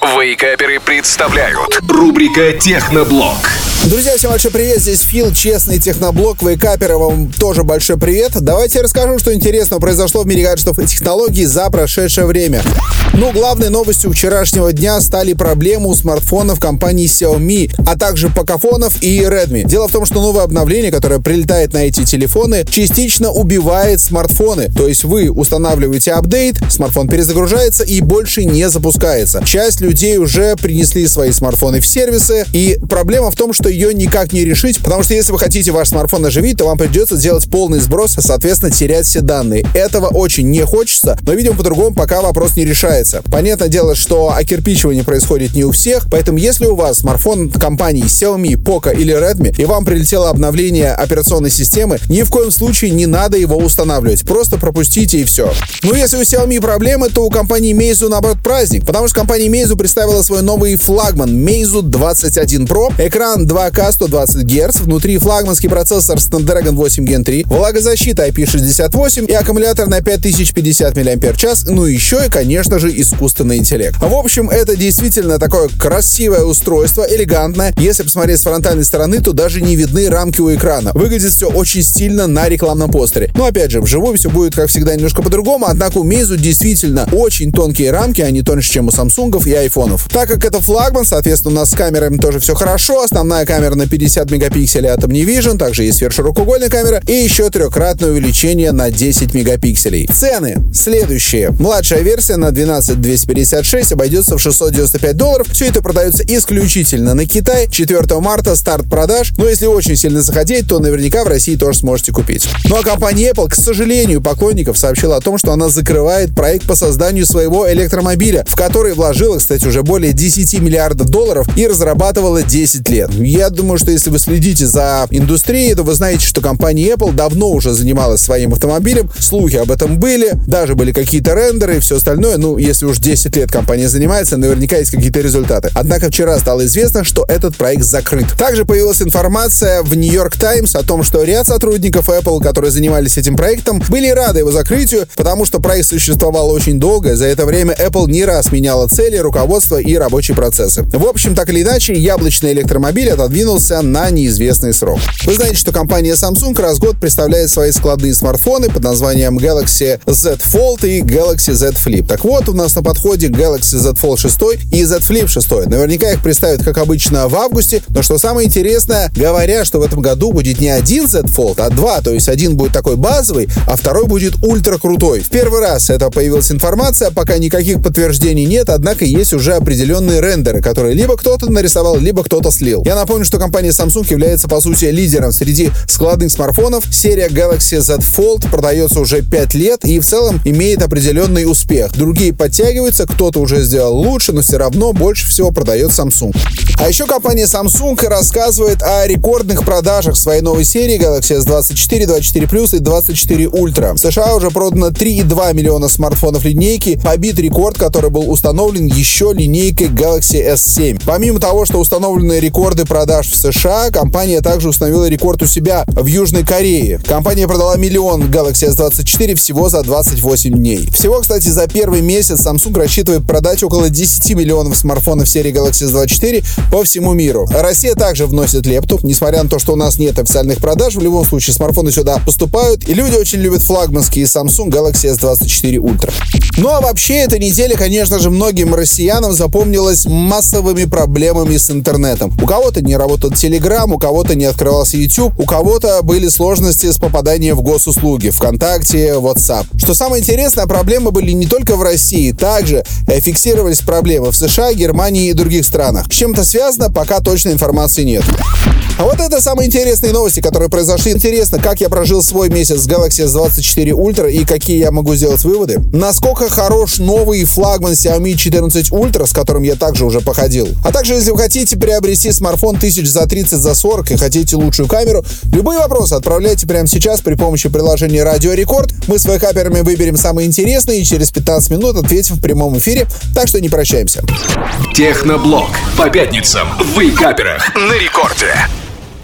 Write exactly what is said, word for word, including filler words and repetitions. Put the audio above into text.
Вейкаперы представляют рубрика «Техноблог». Друзья, всем большой привет, здесь Фил, честный техноблог, вейкаперы, вам тоже большой привет. Давайте я расскажу, что интересного произошло в мире гаджетов и технологий за прошедшее время. Ну, главной новостью вчерашнего дня стали проблемы у смартфонов компании Xiaomi, а также покафонов и Redmi. Дело в том, что новое обновление, которое прилетает на эти телефоны, частично убивает смартфоны. То есть вы устанавливаете апдейт, смартфон перезагружается и больше не запускается. Часть людей уже принесли свои смартфоны в сервисы, и проблема в том, что ее никак не решить, потому что если вы хотите ваш смартфон оживить, то вам придется делать полный сброс, а соответственно терять все данные. Этого очень не хочется, но, видимо, по-другому пока вопрос не решается. Понятное дело, что окирпичивание происходит не у всех, поэтому если у вас смартфон компании Xiaomi, Poco или Redmi, и вам прилетело обновление операционной системы, ни в коем случае не надо его устанавливать. Просто пропустите и все. Ну, если у Xiaomi проблемы, то у компании Meizu, наоборот, праздник, потому что компания Meizu представила свой новый флагман Meizu двадцать один про, экран два ка сто двадцать герц, внутри флагманский процессор Snapdragon восемь ген три, влагозащита ай пи шестьдесят восемь и аккумулятор на пять тысяч пятьдесят мАч, ну и еще и, конечно же, искусственный интеллект. В общем, это действительно такое красивое устройство, элегантное. Если посмотреть с фронтальной стороны, то даже не видны рамки у экрана. Выглядит все очень стильно на рекламном постере. Но опять же, вживую все будет, как всегда, немножко по-другому, однако у Meizu действительно очень тонкие рамки, они тоньше, чем у Samsung и айфонов. Так как это флагман, соответственно, у нас с камерами тоже все хорошо. Основная камера на пятьдесят мегапикселей от OmniVision, также есть сверхширокоугольная камера и еще трехкратное увеличение на десять мегапикселей. Цены следующие. Младшая версия на двенадцать двести пятьдесят шесть обойдется в шестьсот девяносто пять долларов. Все это продается исключительно на Китай. четвёртого марта старт продаж. Но если очень сильно захотеть, то наверняка в России тоже сможете купить. Ну а компания Apple, к сожалению, поклонников сообщила о том, что она закрывает проект по созданию своего электромобиля, в который вложила, кстати, уже более десять миллиардов долларов и разрабатывала десять лет. Я думаю, что если вы следите за индустрией, то вы знаете, что компания Apple давно уже занималась своим автомобилем. Слухи об этом были, даже были какие-то рендеры и все остальное. Ну, если уж десять лет компания занимается, наверняка есть какие-то результаты. Однако вчера стало известно, что этот проект закрыт. Также появилась информация в New York Times о том, что ряд сотрудников Apple, которые занимались этим проектом, были рады его закрытию, потому что проект существовал очень долго. За это время Apple не раз меняла цели, руководство и рабочие процессы. В общем, так или иначе, яблочный электромобиль отодвинулся на неизвестный срок. Вы знаете, что компания Samsung раз в год представляет свои складные смартфоны под названием Galaxy Z Fold и Galaxy Z Flip. Так вот, у нас на подходе Galaxy Z Fold шесть и Z Flip шесть. Наверняка их представят, как обычно, в августе, но что самое интересное, говорят, что в этом году будет не один Z Fold, а два, то есть один будет такой базовый, а второй будет ультра крутой. В первый раз это появилась информация, пока никаких подтверждений нет, однако есть уже определенные рендеры, которые либо кто-то нарисовал, либо кто-то слил. Я напомню, что компания Samsung является, по сути, лидером среди складных смартфонов. Серия Galaxy Z Fold продается уже пять лет и в целом имеет определенный успех. Другие подтягиваются, кто-то уже сделал лучше, но все равно больше всего продает Samsung. А еще компания Samsung рассказывает о рекордных продажах своей новой серии Galaxy эс двадцать четыре, двадцать четыре плюс и двадцать четыре ультра. В США уже продано три и два миллиона смартфонов линейки, побит рекорд, который был установлен еще линейкой Galaxy эс семь. Помимо того, что установлены рекорды продаж в США, компания также установила рекорд у себя в Южной Корее. Компания продала миллион Galaxy эс двадцать четыре всего за двадцать восемь дней. Всего, кстати, за первый месяц Samsung рассчитывает продать около десять миллионов смартфонов серии Galaxy эс двадцать четыре по всему миру. Россия также вносит лепту. Несмотря на то, что у нас нет официальных продаж, в любом случае смартфоны сюда поступают, и люди очень любят флагманские Samsung Galaxy эс двадцать четыре ультра. Ну а вообще, эта неделя, конечно же, многим россиянам запомнилась массовыми проблемами с интернетом. У кого-то не работал Telegram, у кого-то не открывался YouTube, у кого-то были сложности с попаданием в госуслуги, ВКонтакте, WhatsApp. Что самое интересное, проблемы были не только в России, также э, фиксировались проблемы в США, Германии и других странах. С чем это связано, пока точной информации нет. А вот это самые интересные новости, которые произошли. Интересно, как я прожил свой месяц с Galaxy эс двадцать четыре ультра и какие я могу сделать выводы. Насколько хорош новый флагман Xiaomi четырнадцать ультра, с которым я также уже походил. А также, если вы хотите приобрести смартфон тысяч за тридцать, за сорок и хотите лучшую камеру, любые вопросы отправляйте прямо сейчас при помощи приложения Радио Рекорд. Мы с вейкаперами выберем самые интересные и через пятнадцать минут ответим в прямом эфире. Так что не прощаемся. Техноблог. По пятницам в Вейкаперах на Рекорде.